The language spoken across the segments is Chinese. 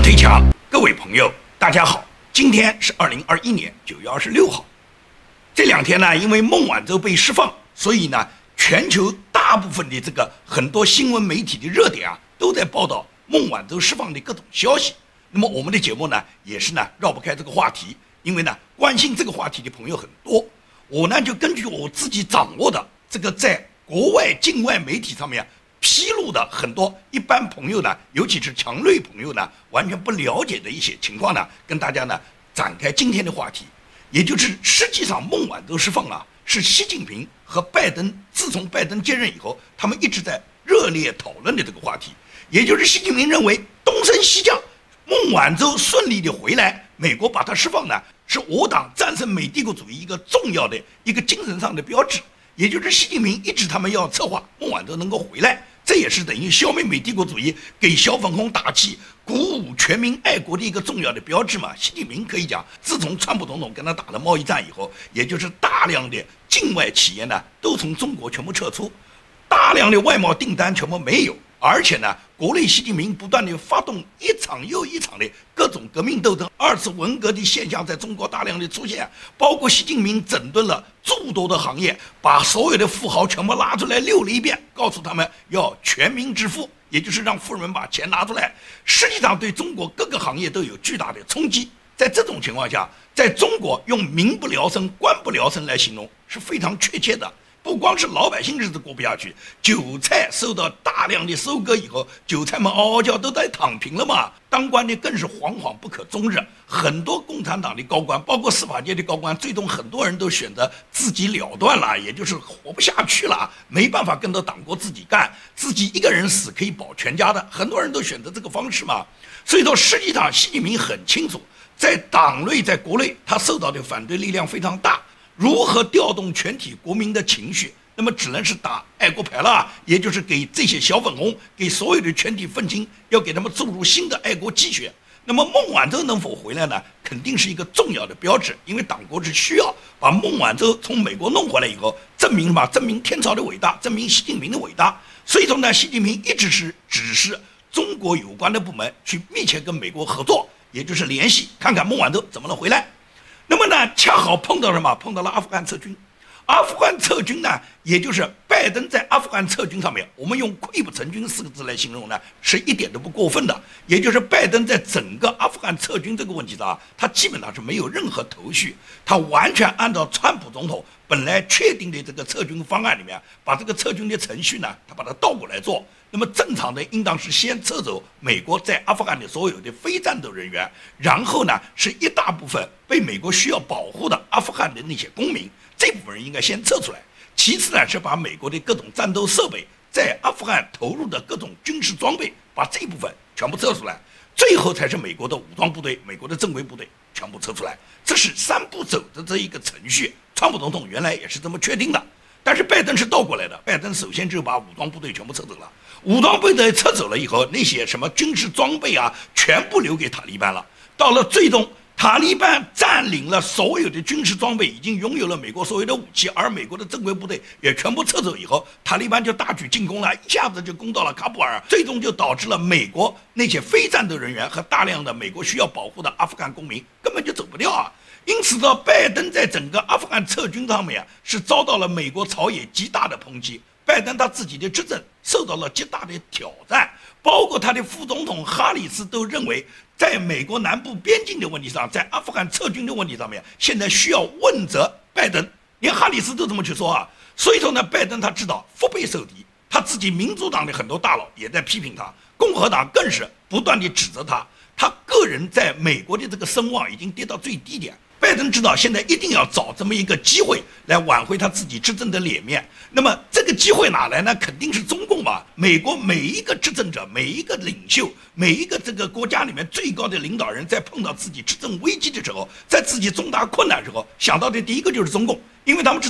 推墙，各位朋友，大家好，今天是2021年9月26号。这两天呢，因为孟晚舟被释放，所以呢，全球大部分的很多新闻媒体的热点啊，都在报道孟晚舟释放的各种消息。那么我们的节目呢，也是呢绕不开这个话题，因为呢，关心这个话题的朋友很多。我呢就根据我自己掌握的在国外境外媒体上面披露的很多一般朋友呢，尤其是强锐朋友呢，完全不了解的一些情况呢，跟大家呢展开今天的话题，也就是实际上孟晚舟释放啊，是习近平和拜登自从拜登接任以后，他们一直在热烈讨论的这个话题，也就是习近平认为东升西降，孟晚舟顺利的回来，美国把他释放呢，是我党战胜美帝国主义一个重要的一个精神上的标志。也就是习近平一直他们要策划孟晚舟能够回来，这也是等于消灭美帝国主义，给小粉红打气，鼓舞全民爱国的一个重要的标志嘛。习近平可以讲，自从川普总统跟他打了贸易战以后，也就是大量的境外企业呢都从中国全部撤出，大量的外贸订单全部没有，而且呢，国内习近平不断的发动一场又一场的各种革命斗争，二次文革的现象在中国大量的出现，包括习近平整顿了诸多的行业，把所有的富豪全部拉出来溜了一遍，告诉他们要全民致富，也就是让富人们把钱拿出来，实际上对中国各个行业都有巨大的冲击。在这种情况下，在中国用民不聊生、官不聊生来形容是非常确切的。不光是老百姓日子过不下去，韭菜受到大量的收割以后，韭菜们嗷嗷叫都在躺平了嘛。当官的更是惶惶不可终日，很多共产党的高官，包括司法界的高官，最终很多人都选择自己了断了，也就是活不下去了，没办法跟着党国自己干，自己一个人死可以保全家的，很多人都选择这个方式嘛。所以说，实际上习近平很清楚，在党内在国内他受到的反对力量非常大。如何调动全体国民的情绪？那么只能是打爱国牌了，也就是给这些小粉红，给所有的全体愤青，要给他们注入新的爱国鸡血。那么孟晚舟能否回来呢？肯定是一个重要的标志，因为党国是需要把孟晚舟从美国弄回来以后，证明什么？证明天朝的伟大，证明习近平的伟大。所以说呢，习近平一直是指示中国有关的部门去密切跟美国合作，也就是联系，看看孟晚舟怎么能回来。那么呢，恰好碰到什么？碰到了阿富汗撤军。阿富汗撤军呢，也就是拜登在阿富汗撤军上面，我们用溃不成军4个字来形容呢，是一点都不过分的。也就是拜登在整个阿富汗撤军这个问题上，他基本上是没有任何头绪，他完全按照川普总统本来确定的这个撤军方案里面，把这个撤军的程序呢，他把它倒过来做。那么正常的应当是先撤走美国在阿富汗的所有的非战斗人员，然后呢是一大部分被美国需要保护的阿富汗的那些公民，这部分人应该先撤出来。其次呢是把美国的各种战斗设备在阿富汗投入的各种军事装备，把这一部分全部撤出来，最后才是美国的武装部队、美国的正规部队全部撤出来。这是3步走的这一个程序，川普总统原来也是这么确定的。但是拜登是倒过来的，拜登首先就把武装部队全部撤走了，武装部队撤走了以后，那些什么军事装备啊，全部留给塔利班了。到了最终，塔利班占领了所有的军事装备，已经拥有了美国所有的武器，而美国的正规部队也全部撤走以后，塔利班就大举进攻了，一下子就攻到了喀布尔，最终就导致了美国那些非战斗人员和大量的美国需要保护的阿富汗公民根本就走不掉啊。因此呢，拜登在整个阿富汗撤军上面是遭到了美国朝野极大的抨击，拜登他自己的执政受到了极大的挑战，包括他的副总统哈里斯都认为，在美国南部边境的问题上，在阿富汗撤军的问题上面，现在需要问责拜登，连哈里斯都这么去说啊。所以说呢，拜登他知道腹背受敌，他自己民主党的很多大佬也在批评他，共和党更是不断地指责他，他个人在美国的这个声望已经跌到最低点。拜登知道现在一定要找这么一个机会来挽回他自己执政的脸面，那么这个机会哪来呢？肯定是中共嘛。美国每一个执政者、每一个领袖、每一个这个国家里面最高的领导人，在碰到自己执政危机的时候，在自己重大困难的时候，想到的第一个就是中共，因为他们知道中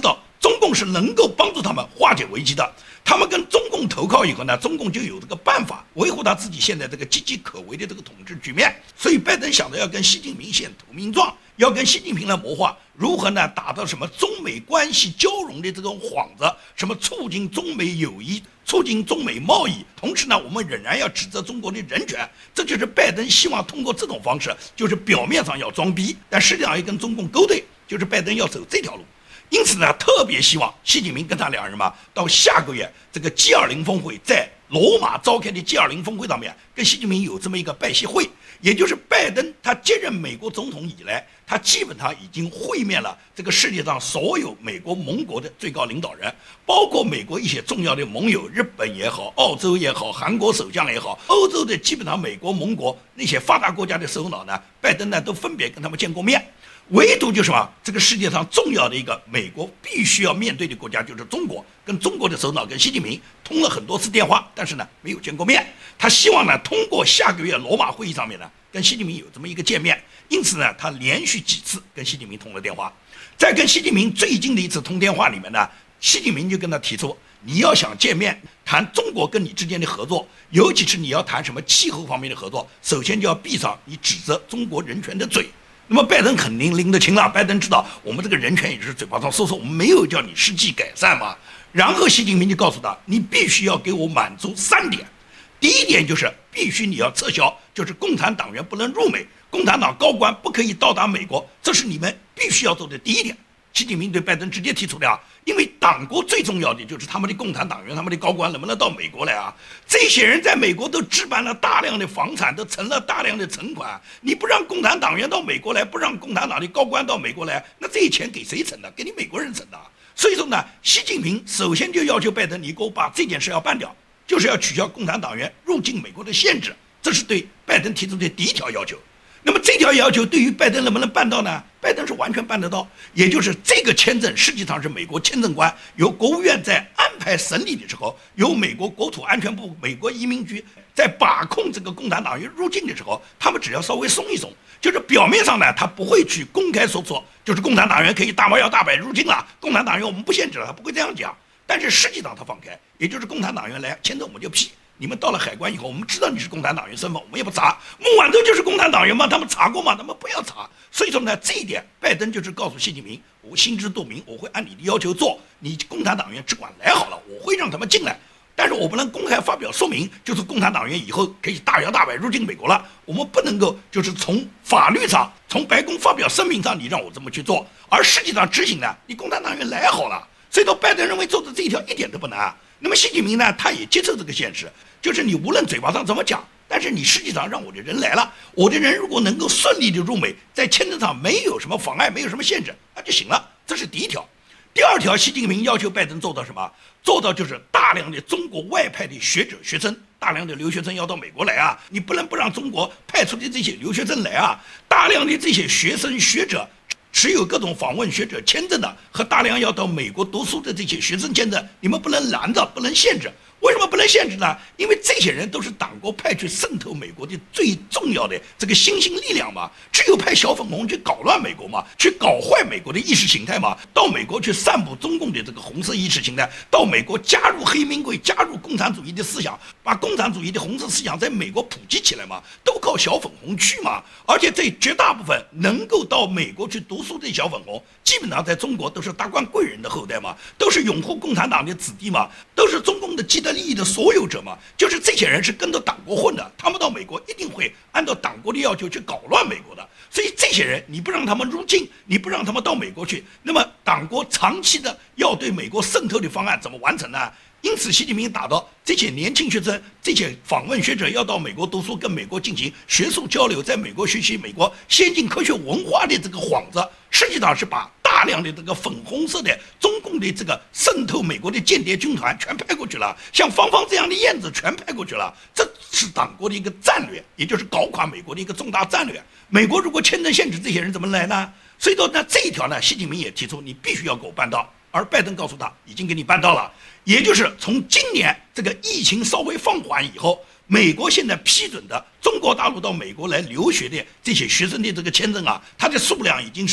中共是能够帮助他们化解危机的。他们跟中共投靠以后呢，中共就有这个办法维护他自己现在这个岌岌可危的这个统治局面。所以拜登想着要跟习近平先投名状，要跟习近平来谋划如何呢打到什么中美关系交融的这种幌子，什么促进中美友谊，促进中美贸易，同时呢我们仍然要指责中国的人权。这就是拜登希望通过这种方式，就是表面上要装逼，但实际上要跟中共勾兑，就是拜登要走这条路。因此呢，特别希望习近平跟他两人嘛，到下个月这个 G20 峰会在罗马召开的 G20 峰会上面，跟习近平有这么一个拜习会。也就是拜登他接任美国总统以来，他基本上已经会面了这个世界上所有美国盟国的最高领导人，包括美国一些重要的盟友，日本也好，澳洲也好，韩国首相也好，欧洲的基本上美国盟国那些发达国家的首脑呢，拜登呢都分别跟他们见过面。唯独就是什么，这个世界上重要的一个美国必须要面对的国家就是中国，跟中国的首脑跟习近平通了很多次电话，但是呢没有见过面。他希望呢通过下个月罗马会议上面呢跟习近平有这么一个见面，因此呢他连续几次跟习近平通了电话。在跟习近平最近的一次通电话里面呢，习近平就跟他提出，你要想见面谈中国跟你之间的合作，尤其是你要谈什么气候方面的合作，首先就要闭上你指责中国人权的嘴。那么拜登肯定拎得清了，拜登知道我们这个人权也是嘴巴上说说，我们没有叫你实际改善嘛。然后习近平就告诉他，你必须要给我满足3点。第一点就是必须你要撤销，就是共产党员不能入美，共产党高官不可以到达美国，这是你们必须要做的第一点。习近平对拜登直接提出的啊，因为党国最重要的就是他们的共产党员，他们的高官能不能到美国来啊？这些人在美国都置办了大量的房产，都存了大量的存款，你不让共产党员到美国来，不让共产党的高官到美国来，那这些钱给谁存的？给你美国人存的。所以说呢，习近平首先就要求拜登，你给我把这件事要办掉，就是要取消共产党员入境美国的限制，这是对拜登提出的第一条要求。那么这条要求对于拜登能不能办到呢？拜登是完全办得到，也就是这个签证实际上是美国签证官由国务院在安排审理的时候，由美国国土安全部、美国移民局在把控这个共产党员入境的时候，他们只要稍微松一松，就是表面上呢，他不会去公开说就是共产党员可以大摇大摆入境了，共产党员我们不限制了，他不会这样讲。但是实际上他放开，也就是共产党员来签证我们就批。你们到了海关以后，我们知道你是共产党员身份，我们也不查。孟晚舟就是共产党员吗？他们查过吗？他们不要查。所以说呢，这一点拜登就是告诉习近平，我心知肚明，我会按你的要求做。你共产党员只管来好了，我会让他们进来，但是我不能公开发表说明，就是共产党员以后可以大摇大摆入境美国了。我们不能够就是从法律上，从白宫发表声明上，你让我这么去做，而实际上执行呢，你共产党员来好了。所以说，拜登认为做的这一条一点都不难。那么习近平呢，他也接受这个现实，就是你无论嘴巴上怎么讲，但是你实际上让我的人来了，我的人如果能够顺利的入美，在签证上没有什么妨碍，没有什么限制，那就行了。这是第一条。第二条，习近平要求拜登做到什么？做到就是大量的中国外派的学者学生，大量的留学生要到美国来啊，你不能不让中国派出的这些留学生来啊，大量的这些学生学者。持有各种访问学者签证的和大量要到美国读书的这些学生签证，你们不能拦着，不能限制。为什么不能限制呢？因为这些人都是党国派去渗透美国的最重要的这个新兴力量嘛，只有派小粉红去搞乱美国嘛，去搞坏美国的意识形态嘛，到美国去散布中共的这个红色意识形态，到美国加入黑名贵，加入共产主义的思想，把共产主义的红色思想在美国普及起来嘛，都靠小粉红去嘛。而且这绝大部分能够到美国去读书的小粉红，基本上在中国都是达官贵人的后代嘛，都是拥护共产党的子弟嘛，都是中共的既得利益的所有者嘛，就是这些人是跟着党国混的，他们到美国一定会按照党国的要求去搞乱美国的。所以这些人你不让他们入境，你不让他们到美国去，那么党国长期的要对美国渗透的方案怎么完成呢？因此习近平打到这些年轻学生，这些访问学者要到美国读书，跟美国进行学术交流，在美国学习美国先进科学文化的这个幌子，实际上是把大量的这个粉红色的中共的这个渗透美国的间谍军团全派过去了，像芳芳这样的燕子全派过去了，这是党国的一个战略，也就是搞垮美国的一个重大战略。美国如果签证限制，这些人怎么来呢？所以说呢，这一条呢，习近平也提出，你必须要给我办到。而拜登告诉他，已经给你办到了，也就是从今年这个疫情稍微放缓以后，美国现在批准的中国大陆到美国来留学的这些学生的这个签证啊，它的数量已经是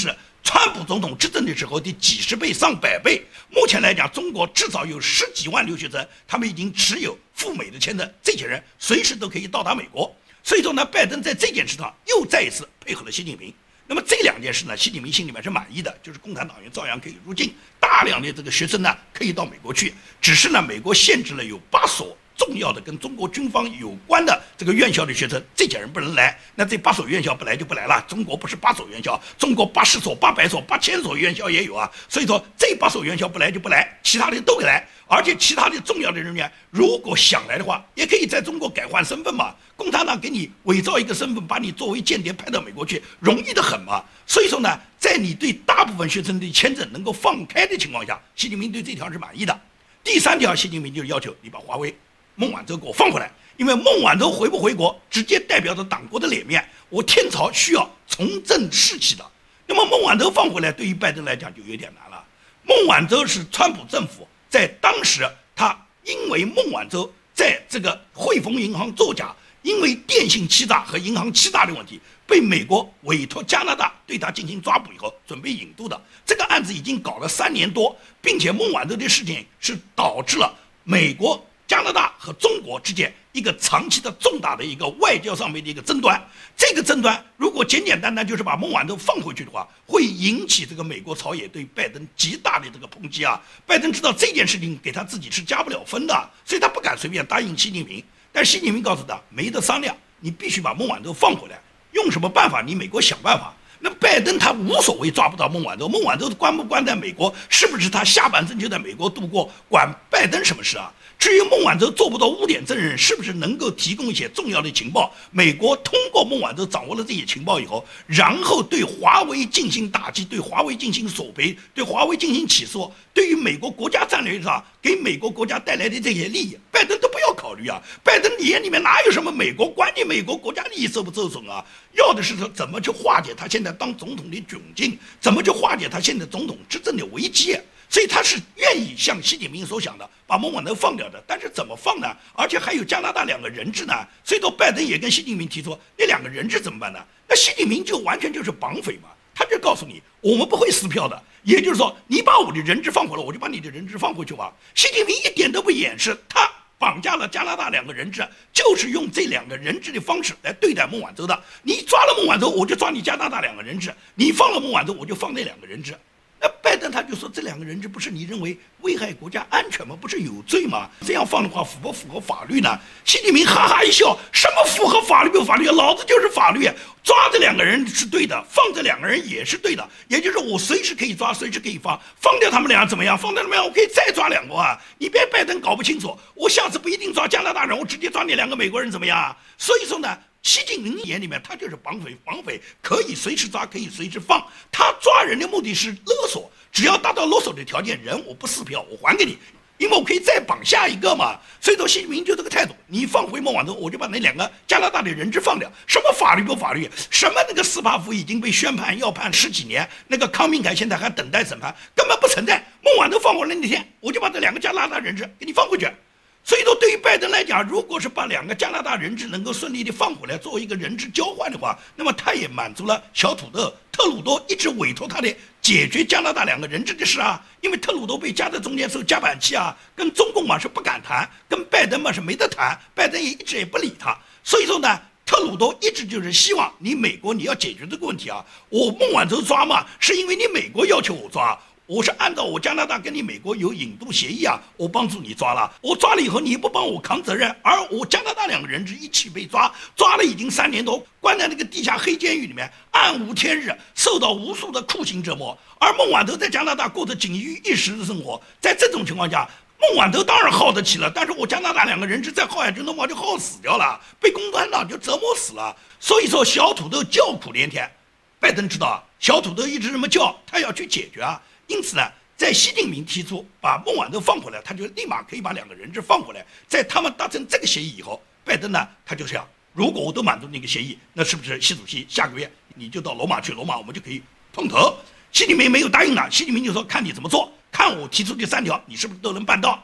川普总统执政的时候的几十倍、上百倍。目前来讲，中国至少有10几万留学生，他们已经持有赴美的签证，这些人随时都可以到达美国。所以说呢，拜登在这件事上又再一次配合了习近平。那么这2件事呢，习近平心里面是满意的，就是共产党员照样可以入境，大量的这个学生呢可以到美国去，只是呢，美国限制了有8所重要的跟中国军方有关的这个院校的学生，这些人不能来。那这8所院校不来就不来了。中国不是8所院校，中国80所、800所、8000所院校也有啊。所以说这8所院校不来就不来，其他的都给来。而且其他的重要的人员如果想来的话，也可以在中国改换身份嘛。共产党给你伪造一个身份，把你作为间谍派到美国去，容易得很嘛。所以说呢，在你对大部分学生的签证能够放开的情况下，习近平对这条是满意的。第3条，习近平就要求你把华为孟晚舟给我放回来，因为孟晚舟回不回国，直接代表着党国的脸面。我天朝需要重振士气的。那么孟晚舟放回来，对于拜登来讲就有点难了。孟晚舟是川普政府在当时，他因为孟晚舟在这个汇丰银行作假，因为电信欺诈和银行欺诈的问题，被美国委托加拿大对他进行抓捕以后，准备引渡的。这个案子已经搞了3年多，并且孟晚舟的事情是导致了美国、加拿大和中国之间一个长期的重大的一个外交上面的一个争端。这个争端如果简简单单就是把孟晚舟放回去的话，会引起这个美国朝野对拜登极大的这个抨击啊。拜登知道这件事情给他自己是加不了分的，所以他不敢随便答应习近平。但是习近平告诉他没得商量，你必须把孟晚舟放回来，用什么办法你美国想办法。那拜登他无所谓抓不到孟晚舟，孟晚舟关不关在美国，是不是他下半生就在美国度过，管拜登什么事啊？至于孟晚舟做不到污点证人，是不是能够提供一些重要的情报？美国通过孟晚舟掌握了这些情报以后，然后对华为进行打击，对华为进行索赔，对华为进行起诉，对于美国国家战略上给美国国家带来的这些利益，拜登都不要考虑啊！拜登眼里面哪有什么美国，管你美国国家利益受不受损啊？要的是说怎么去化解他现在当总统的窘境，怎么去化解他现在总统执政的危机。所以他是愿意像习近平所想的把孟晚舟放掉的，但是怎么放呢？而且还有加拿大2个人质呢。所以说拜登也跟习近平提出那2个人质怎么办呢？那习近平就完全就是绑匪嘛，他就告诉你我们不会撕票的，也就是说你把我的人质放回来，我就把你的人质放回去吧。习近平一点都不掩饰，他绑架了加拿大2个人质，就是用这2个人质的方式来对待孟晚舟的。你抓了孟晚舟，我就抓你加拿大2个人质；你放了孟晚舟，我就放那2个人质。那拜登他就说这2个人质不是你认为危害国家安全吗？不是有罪吗？这样放的话符不符合法律呢？习近平哈哈一笑，什么符合法律不法律？老子就是法律，抓这2个人是对的，放这2个人也是对的。也就是我随时可以抓，随时可以放，放掉他们俩怎么样？放掉他们俩，我可以再抓2个啊！你别拜登搞不清楚，我下次不一定抓加拿大人，我直接抓你2个美国人怎么样？所以说呢，习近平眼里面他就是绑匪，绑匪可以随时抓，可以随时放。他抓人的目的是勒索，只要达到勒索的条件，人我不撕票，我还给你，因为我可以再绑下一个嘛。所以说习近平就这个态度，你放回孟晚舟，我就把那2个加拿大的人质放掉。什么法律不法律？什么那个斯帕夫已经被宣判要判10几年，那个康明凯现在还等待审判，根本不存在。孟晚舟放回来那天，我就把这2个加拿大人质给你放回去。所以说，对于拜登来讲，如果是把2个加拿大人质能够顺利的放回来，作为一个人质交换的话，那么他也满足了小土豆特鲁多一直委托他的解决加拿大2个人质的事啊。因为特鲁多被夹在中间受夹板气啊，跟中共嘛是不敢谈，跟拜登嘛是没得谈，拜登也一直也不理他。所以说呢，特鲁多一直就是希望你美国你要解决这个问题啊。我孟晚舟抓嘛，是因为你美国要求我抓。我是按照我加拿大跟你美国有引渡协议啊，我帮助你抓了，我抓了以后你不帮我扛责任，而我加拿大2个人质一起被抓，抓了已经3年多，关在那个地下黑监狱里面，暗无天日，受到无数的酷刑折磨。而孟晚舟在加拿大过着锦衣玉食的生活，在这种情况下，孟晚舟当然耗得起了，但是我加拿大2个人质再耗下去，那么就耗死掉了，被共产党就折磨死了。所以说小土豆叫苦连天，拜登知道小土豆一直这么叫，他要去解决啊。因此呢，在习近平提出把孟晚舟放回来，他就立马可以把2个人质放回来。在他们达成这个协议以后，拜登呢，他就想，如果我都满足那个协议，那是不是习主席下个月你就到罗马去，罗马我们就可以碰头？习近平没有答应了，习近平就说看你怎么做，看我提出的3条，你是不是都能办到？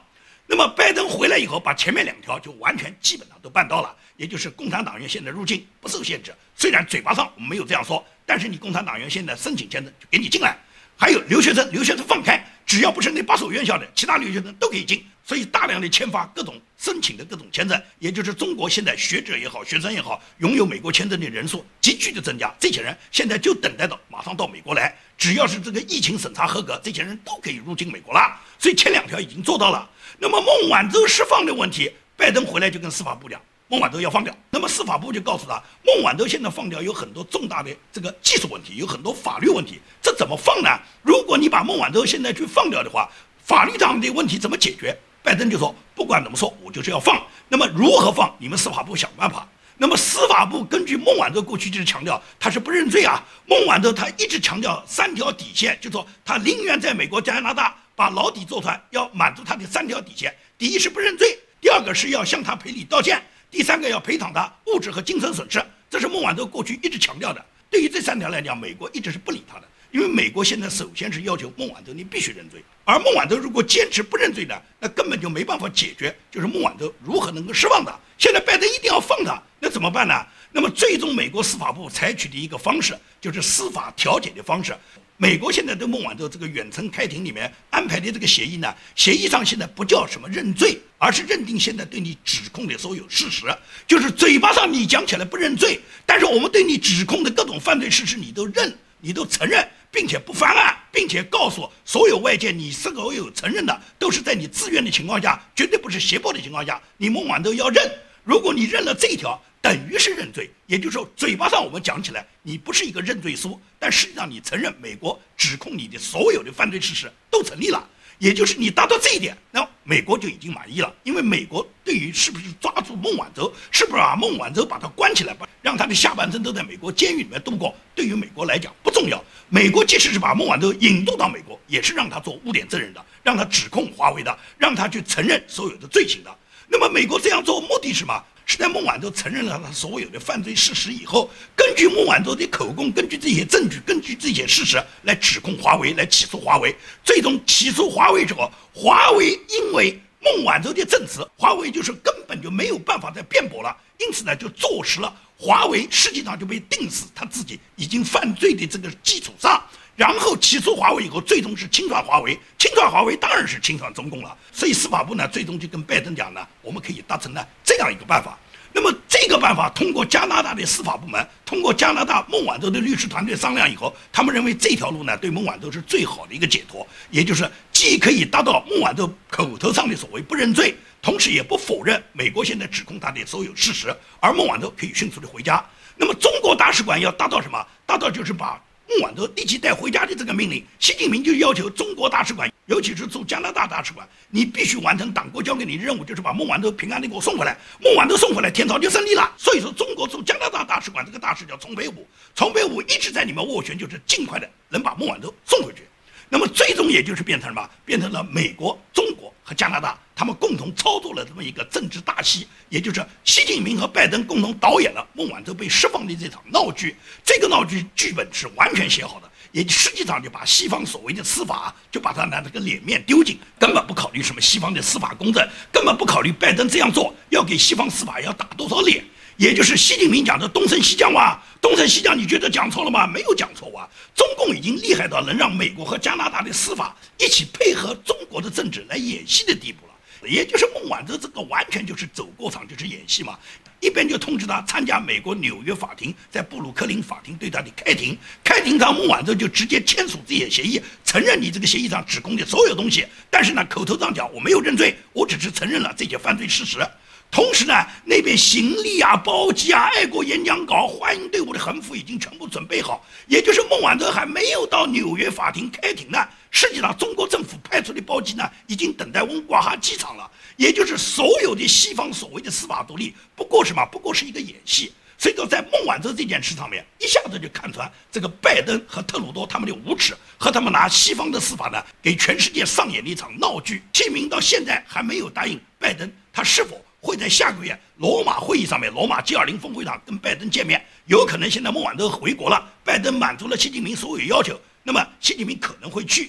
那么拜登回来以后，把前面2条就完全基本上都办到了，也就是共产党员现在入境不受限制，虽然嘴巴上我们没有这样说，但是你共产党员现在申请签证就给你进来。还有留学生放开，只要不是那8所院校的，其他留学生都可以进，所以大量的签发各种申请的各种签证，也就是中国现在学者也好，学生也好，拥有美国签证的人数急剧的增加。这些人现在就等待到马上到美国来，只要是这个疫情审查合格，这些人都可以入境美国了。所以前2条已经做到了。那么孟晚舟释放的问题，拜登回来就跟司法部讲，孟晚舟要放掉。那么司法部就告诉他，孟晚舟现在放掉有很多重大的这个技术问题，有很多法律问题，这怎么放呢？如果你把孟晚舟现在去放掉的话，法律上的问题怎么解决？拜登就说，不管怎么说，我就是要放。那么如何放？你们司法部想办法。那么司法部根据孟晚舟过去就是强调他是不认罪啊，孟晚舟他一直强调3条底线，就说他宁愿在美国、加拿大把牢底坐穿，要满足他的3条底线：第一是不认罪，第2个是要向他赔礼道歉，第3个要赔偿他物质和精神损失。这是孟晚舟过去一直强调的。对于这3条来讲，美国一直是不理他的，因为美国现在首先是要求孟晚舟你必须认罪，而孟晚舟如果坚持不认罪呢，那根本就没办法解决，就是孟晚舟如何能够释放他。现在拜登一定要放他，那怎么办呢？那么最终美国司法部采取的一个方式就是司法调解的方式。美国现在对孟晚舟这个远程开庭里面安排的这个协议呢，协议上现在不叫什么认罪，而是认定现在对你指控的所有事实，就是嘴巴上你讲起来不认罪，但是我们对你指控的各种犯罪事实你都认，你都承认，并且不翻案，并且告诉所有外界你所有承认的都是在你自愿的情况下，绝对不是胁迫的情况下，你孟晚舟要认。如果你认了这一条，等于是认罪，也就是说嘴巴上我们讲起来你不是一个认罪书，但实际上你承认美国指控你的所有的犯罪事实都成立了，也就是你达到这一点，那美国就已经满意了。因为美国对于是不是抓住孟晚舟，是不是把孟晚舟把他关起来，让他的下半生都在美国监狱里面度过，对于美国来讲不重要。美国即使是把孟晚舟引渡到美国，也是让他做污点证人的，让他指控华为的，让他去承认所有的罪行的。那么美国这样做目的是什么？是在孟晚舟承认了他所有的犯罪事实以后，根据孟晚舟的口供，根据这些证据，根据这些事实来指控华为，来起诉华为。最终起诉华为之后，华为因为孟晚舟的证词，华为就是根本就没有办法再辩驳了，因此呢就坐实了华为实际上就被定死他自己已经犯罪的这个基础上，然后起诉华为以后，最终是清算华为，清算华为当然是清算中共了。所以司法部呢，最终就跟拜登讲呢，我们可以达成呢这样一个办法。那么这个办法通过加拿大的司法部门，通过加拿大孟晚舟的律师团队商量以后，他们认为这条路呢对孟晚舟是最好的一个解脱，也就是既可以达到孟晚舟口头上的所谓不认罪，同时也不否认美国现在指控他的所有事实，而孟晚舟可以迅速的回家。那么中国大使馆要达到什么？达到就是把孟晚舟立即带回家的这个命令。习近平就要求中国大使馆，尤其是驻加拿大大使馆，你必须完成党国交给你的任务，就是把孟晚舟平安的给我送回来。孟晚舟送回来，天朝就胜利了。所以说，中国驻加拿大大使馆这个大使叫丛培武，丛培武一直在里面斡旋，就是尽快的能把孟晚舟送回去。那么最终也就是变成什么？变成了美国、中国和加拿大他们共同操作了这么一个政治大戏，也就是习近平和拜登共同导演了孟晚舟被释放的这场闹剧。这个闹剧剧本是完全写好的，也实际上就把西方所谓的司法就把他拿这个脸面丢尽，根本不考虑什么西方的司法公正，根本不考虑拜登这样做要给西方司法要打多少脸。也就是习近平讲的东升西降哇，东升西降，你觉得讲错了吗？没有讲错啊。中共已经厉害到能让美国和加拿大的司法一起配合中国的政治来演戏的地步了。也就是孟晚舟这个完全就是走过场，就是演戏嘛。一边就通知他参加美国纽约法庭在布鲁克林法庭对他的开庭，开庭上孟晚舟就直接签署这些协议，承认你这个协议上指控的所有东西，但是呢口头上讲我没有认罪，我只是承认了这些犯罪事实。同时呢，那边行李啊、包机啊、爱国演讲稿、欢迎队伍的横幅已经全部准备好，也就是孟晚舟还没有到纽约法庭开庭呢，实际上中国政府派出的包机呢，已经等待温哥华机场了。也就是所有的西方所谓的司法独立，不过什么？不过是一个演戏。所以说，在孟晚舟这件事上面，一下子就看穿这个拜登和特鲁多他们的无耻，和他们拿西方的司法呢，给全世界上演的一场闹剧。习近平到现在还没有答应拜登，他是否会在下个月罗马会议上面，罗马 G20 峰会上跟拜登见面？有可能现在孟晚舟回国了，拜登满足了习近平所有要求，那么习近平可能会去。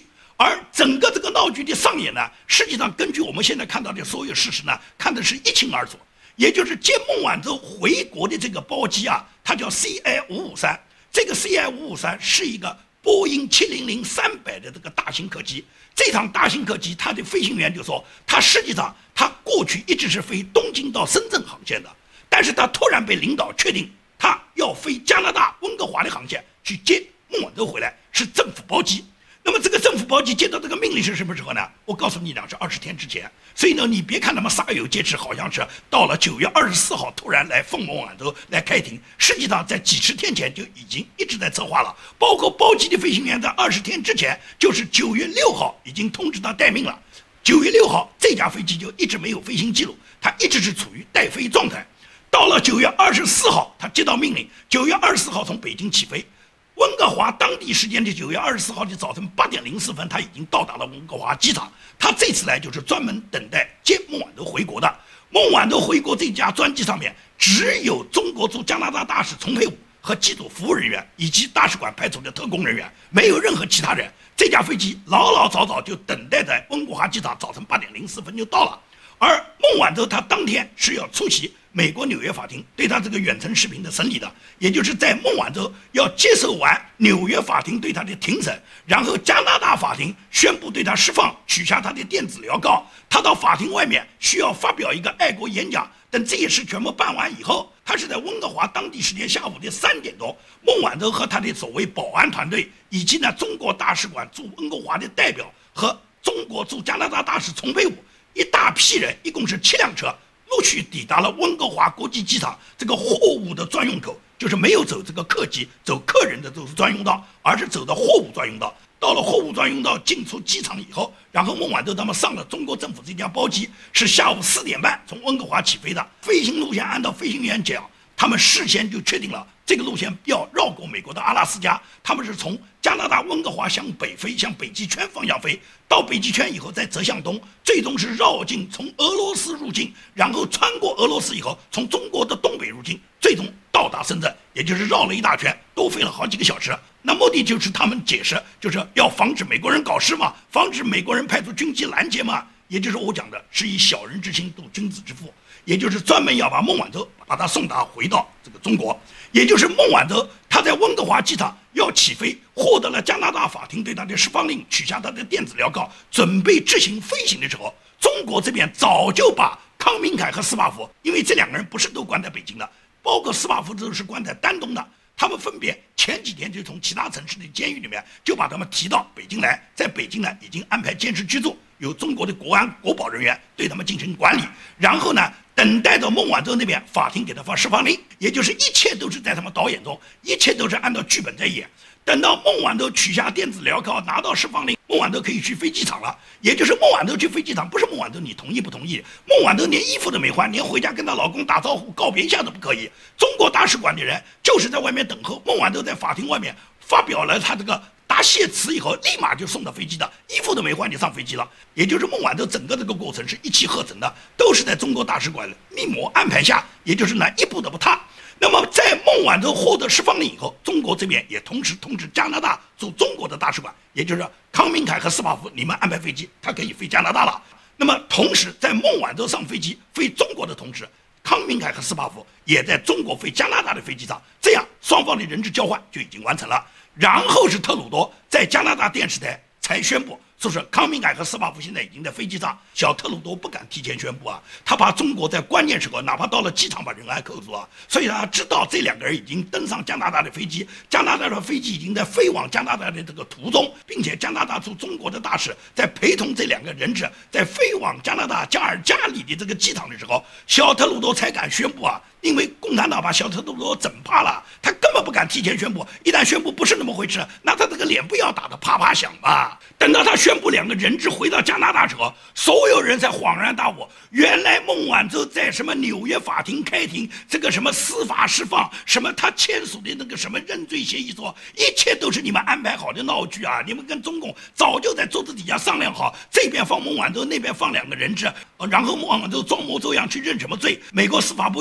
而整个这个闹剧的上演呢，实际上根据我们现在看到的所有事实呢，看的是一清二楚。也就是接孟晚舟回国的这个包机啊，它叫 CI553，这个 CI553是一个波音700-300的这个大型客机。这场大型客机，它的飞行员就说，它实际上它过去一直是飞东京到深圳航线的，但是它突然被领导确定，它要飞加拿大温哥华的航线去接孟晚舟回来，是政府包机。那么这个政府包机接到这个命令是什么时候呢？我告诉你俩，是20天之前。所以呢，你别看他们煞有介事，好像是到了9月24号突然来奉孟晚舟来开庭，实际上在几十天前就已经一直在策划了。包括包机的飞行员在20天之前，就是9月6号已经通知他待命了。9月6号这架飞机就一直没有飞行记录，它一直是处于待飞状态。到了9月24号，他接到命令，9月24号从北京起飞。温哥华当地时间的9月24号的早晨8点04分，他已经到达了温哥华机场。他这次来就是专门等待接孟晚舟回国的。孟晚舟回国这架专机上面只有中国驻加拿大大使丛培武和机组服务人员以及大使馆派出的特工人员，没有任何其他人。这架飞机老老早早就等待在温哥华机场，早晨8点04分就到了。而孟晚舟他当天是要出席美国纽约法庭对他这个远程视频的审理的，也就是在孟晚舟要接受完纽约法庭对他的庭审，然后加拿大法庭宣布对他释放，取下他的电子镣铐，他到法庭外面需要发表一个爱国演讲。等这些事全部办完以后，他是在温哥华当地时间下午的3点多，孟晚舟和他的所谓保安团队，以及呢中国大使馆驻温哥华的代表和中国驻加拿大大使丛培武，一大批人，一共是7辆车，陆续抵达了温哥华国际机场这个货物的专用口，就是没有走这个客机走客人的这个专用道，而是走的货物专用道。到了货物专用道进出机场以后，然后孟晚舟他们上了中国政府这架包机，是下午4点半从温哥华起飞的。飞行路线按照飞行员讲，他们事先就确定了这个路线要绕过美国的阿拉斯加，他们是从加拿大温哥华向北飞，向北极圈方向飞，到北极圈以后再折向东，最终是绕境从俄罗斯入境，然后穿过俄罗斯以后从中国的东北入境，最终到达深圳，也就是绕了一大圈，多飞了好几个小时。那目的就是他们解释，就是要防止美国人搞事嘛，防止美国人派出军机拦截嘛，也就是我讲的是以小人之心度君子之腹，也就是专门要把孟晚舟把他送达回到这个中国。也就是孟晚舟他在温哥华机场要起飞，获得了加拿大法庭对他的释放令，取下他的电子镣铐，准备执行飞行的时候，中国这边早就把康明凯和斯巴夫，因为这2个人不是都关在北京的，包括斯巴夫都是关在丹东的，他们分别前几天就从其他城市的监狱里面就把他们提到北京来，在北京呢已经安排监视居住，有中国的国安国保人员对他们进行管理，然后呢等待着孟晚舟那边法庭给他发释放令，也就是一切都是在他们导演中，一切都是按照剧本在演。等到孟晚舟取下电子镣铐，拿到释放令，孟晚舟可以去飞机场了。也就是孟晚舟去飞机场，不是孟晚舟你同意不同意，孟晚舟连衣服都没换，连回家跟她老公打招呼告别一下都不可以。中国大使馆的人就是在外面等候，孟晚舟在法庭外面发表了他这个答谢词以后，立马就送到飞机的，衣服都没换就上飞机了。也就是孟晚舟整个这个过程是一气呵成的，都是在中国大使馆密谋安排下，也就是呢一步都不踏。那么在孟晚舟获得释放令以后，中国这边也同时通知加拿大驻中国的大使馆，也就是康明凯和斯巴夫，你们安排飞机，他可以飞加拿大了。那么同时在孟晚舟上飞机飞中国的同时，康明凯和斯巴夫也在中国飞加拿大的飞机上，这样双方的人质交换就已经完成了。然后是特鲁多在加拿大电视台才宣布，说是康明凯和斯巴夫现在已经在飞机上。小特鲁多不敢提前宣布啊，他怕中国在关键时候哪怕到了机场把人还扣住啊，所以他知道这2个人已经登上加拿大的飞机，加拿大的飞机已经在飞往加拿大的这个途中，并且加拿大驻中国的大使在陪同这2个人质在飞往加拿大加尔加里的这个机场的时候，小特鲁多才敢宣布啊。因为共产党把小特鲁多整怕了，他根本不敢提前宣布，一旦宣布不是那么回事，那他这个脸不要打得啪啪响吧。等到他宣布2个人质回到加拿大之后，所有人才恍然大悟，原来孟晚舟在什么纽约法庭开庭，这个什么司法释放，什么他签署的那个什么认罪协议书，一切都是你们安排好的闹剧啊！你们跟中共早就在桌子底下商量好，这边放孟晚舟，那边放2个人质，然后孟晚舟装模作样去认什么罪，美国司法部又在纽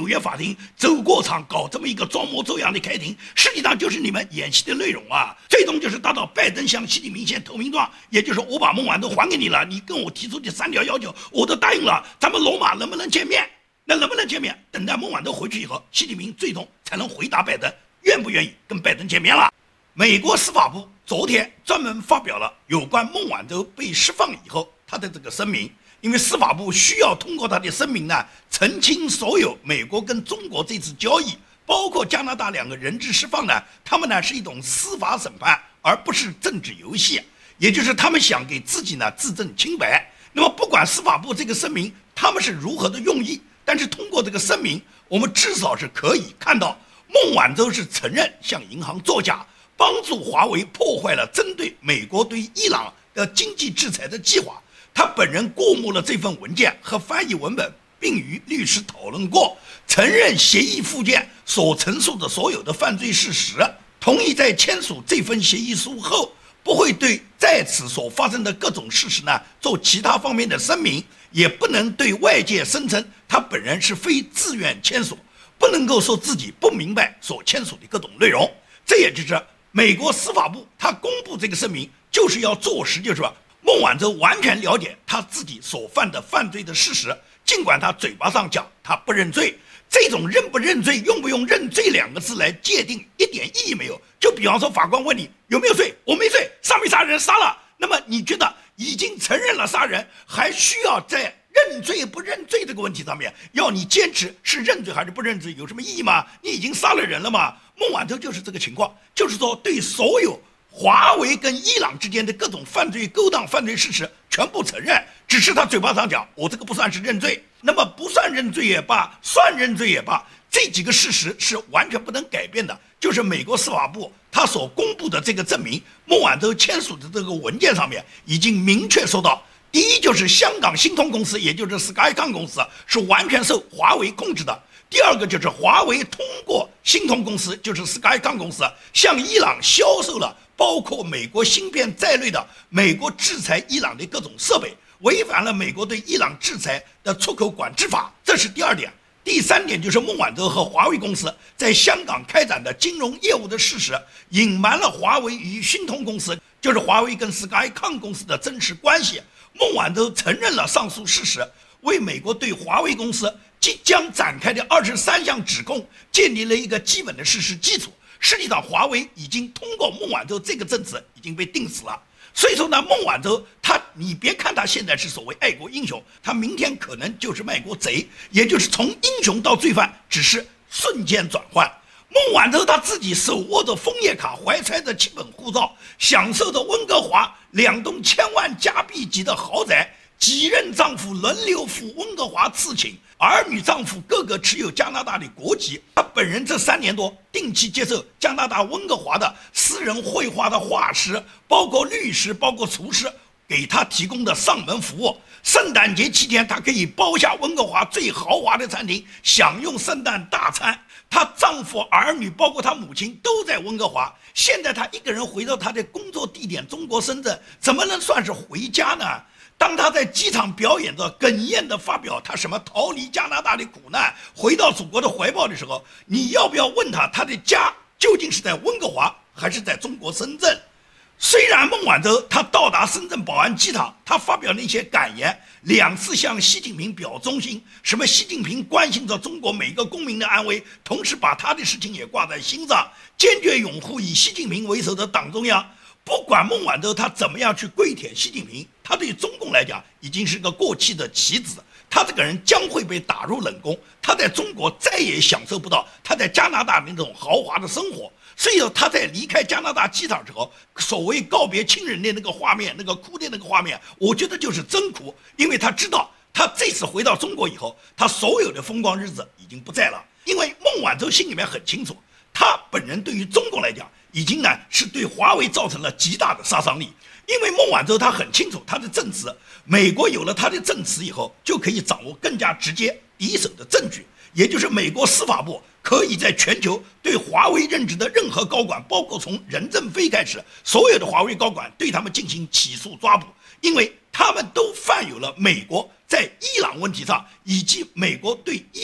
纽约法庭走过场搞这么一个装模作样的开庭，实际上就是你们演戏的内容啊！最终就是达到拜登向习近平先投名状，也就是我把孟晚舟还给你了，你跟我提出的3条要求我都答应了，咱们罗马能不能见面？那能不能见面？等待孟晚舟回去以后，习近平最终才能回答拜登愿不愿意跟拜登见面了。美国司法部昨天专门发表了有关孟晚舟被释放以后他的这个声明，因为司法部需要通过他的声明呢，澄清所有美国跟中国这次交易，包括加拿大2个人质释放呢，他们呢是一种司法审判，而不是政治游戏，也就是他们想给自己呢自证清白。那么不管司法部这个声明他们是如何的用意，但是通过这个声明，我们至少是可以看到孟晚舟是承认向银行作假，帮助华为破坏了针对美国对伊朗的经济制裁的计划。他本人过目了这份文件和翻译文本，并与律师讨论过，承认协议附件所陈述的所有的犯罪事实，同意在签署这份协议书后不会对在此所发生的各种事实呢做其他方面的声明，也不能对外界声称他本人是非自愿签署，不能够说自己不明白所签署的各种内容。这也就是美国司法部他公布这个声明，就是要坐实，就是说孟晚舟完全了解他自己所犯的犯罪的事实，尽管他嘴巴上讲他不认罪。这种认不认罪，用不用认罪2个字来界定，一点意义没有。就比方说法官问你有没有罪，我没罪，杀没杀人？杀了。那么你觉得已经承认了杀人，还需要在认罪不认罪这个问题上面要你坚持是认罪还是不认罪，有什么意义吗？你已经杀了人了吗？孟晚舟就是这个情况，就是说对所有华为跟伊朗之间的各种犯罪勾当、犯罪事实全部承认，只是他嘴巴上讲我这个不算是认罪。那么不算认罪也罢，算认罪也罢，这几个事实是完全不能改变的。就是美国司法部他所公布的这个证明，孟晚舟签署的这个文件上面已经明确说到，第一就是香港新通公司，也就是 Skycom 公司是完全受华为控制的。第二个就是华为通过新通公司，就是 Skycom 公司向伊朗销售了包括美国芯片在内的美国制裁伊朗的各种设备，违反了美国对伊朗制裁的出口管制法，这是第2点。第3点就是孟晚舟和华为公司在香港开展的金融业务的事实，隐瞒了华为与新通公司，就是华为跟 Skycom 公司的真实关系。孟晚舟承认了上述事实，为美国对华为公司即将展开的23项指控建立了一个基本的事实基础。实际上华为已经通过孟晚舟这个证词已经被定死了。所以说呢，孟晚舟你别看他现在是所谓爱国英雄，他明天可能就是卖国贼，也就是从英雄到罪犯只是瞬间转换。孟晚舟他自己手握着枫叶卡，怀揣着7本护照，享受着温哥华2栋1000万加币级的豪宅，几任丈夫轮流赴温哥华刺青，儿女丈夫个个持有加拿大的国籍。他本人这3年多定期接受加拿大温哥华的私人绘画的画师，包括律师，包括厨师给他提供的上门服务。圣诞节期间，他可以包下温哥华最豪华的餐厅，享用圣诞大餐。她丈夫、儿女，包括她母亲都在温哥华。现在她一个人回到她的工作地点中国深圳，怎么能算是回家呢？当她在机场表演着哽咽地发表她什么逃离加拿大的苦难，回到祖国的怀抱的时候，你要不要问她，她的家究竟是在温哥华还是在中国深圳？虽然孟晚舟她到达深圳宝安机场，她发表那些感言，2次向习近平表忠心，什么习近平关心着中国每个公民的安危，同时把他的事情也挂在心上，坚决拥护以习近平为首的党中央。不管孟晚舟她怎么样去跪舔习近平，她对中共来讲已经是个过气的棋子，她这个人将会被打入冷宫，她在中国再也享受不到她在加拿大那种豪华的生活。所以说他在离开加拿大机场之后，所谓告别亲人的那个画面，那个哭的那个画面，我觉得就是真哭，因为他知道他这次回到中国以后，他所有的风光日子已经不在了。因为孟晚舟心里面很清楚，他本人对于中共来讲，已经呢是对华为造成了极大的杀伤力。因为孟晚舟他很清楚他的证词，美国有了他的证词以后，就可以掌握更加直接第一手的证据，也就是美国司法部可以在全球对华为任职的任何高管，包括从任正非开始，所有的华为高管对他们进行起诉抓捕，因为他们都犯有了美国在伊朗问题上，以及美国对伊朗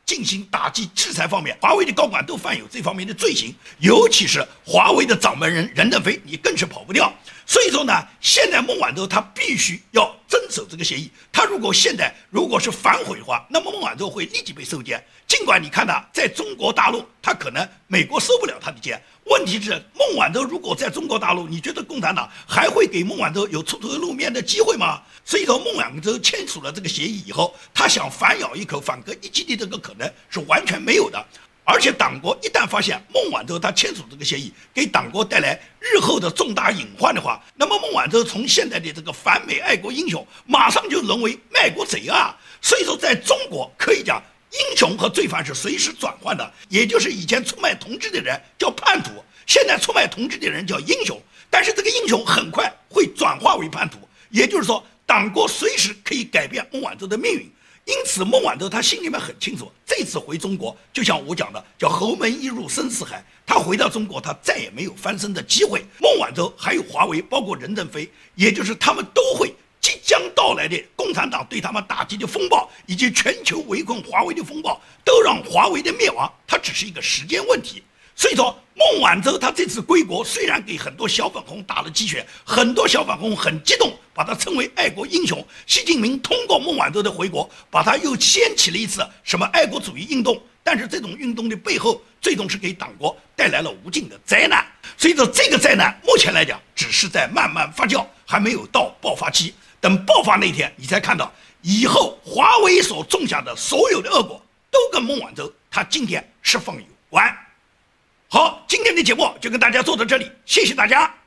进行打击制裁方面，华为的高管都犯有这方面的罪行，尤其是华为的掌门人任正非，你更是跑不掉。所以说呢，现在孟晚舟他必须要遵守这个协议，他现在如果是反悔的话，那么孟晚舟会立即被收监。尽管你看他在中国大陆，他可能美国收不了他的监，问题是孟晚舟如果在中国大陆，你觉得共产党还会给孟晚舟有出头露面的机会吗？所以说孟晚舟签署了这个协议以后，他想反咬一口、反戈一击的这个可能是完全没有的。而且党国一旦发现孟晚舟他签署这个协议给党国带来日后的重大隐患的话，那么孟晚舟从现在的这个反美爱国英雄，马上就沦为卖国贼啊！所以说，在中国可以讲，英雄和罪犯是随时转换的，也就是以前出卖同志的人叫叛徒，现在出卖同志的人叫英雄，但是这个英雄很快会转化为叛徒，也就是说，党国随时可以改变孟晚舟的命运。因此，孟晚舟他心里面很清楚，这次回中国，就像我讲的，叫侯门一入深似海。他回到中国，他再也没有翻身的机会。孟晚舟还有华为，包括任正非，也就是他们都会即将到来的共产党对他们打击的风暴，以及全球围困华为的风暴，都让华为的灭亡，它只是一个时间问题。所以说，孟晚舟他这次归国，虽然给很多小粉红打了鸡血，很多小粉红很激动，把他称为爱国英雄。习近平通过孟晚舟的回国，把他又掀起了一次什么爱国主义运动。但是这种运动的背后，最终是给党国带来了无尽的灾难。所以说，这个灾难目前来讲，只是在慢慢发酵，还没有到爆发期。等爆发那天，你才看到以后华为所种下的所有的恶果，都跟孟晚舟他今天释放有关。好，今天的节目就跟大家做到这里，谢谢大家。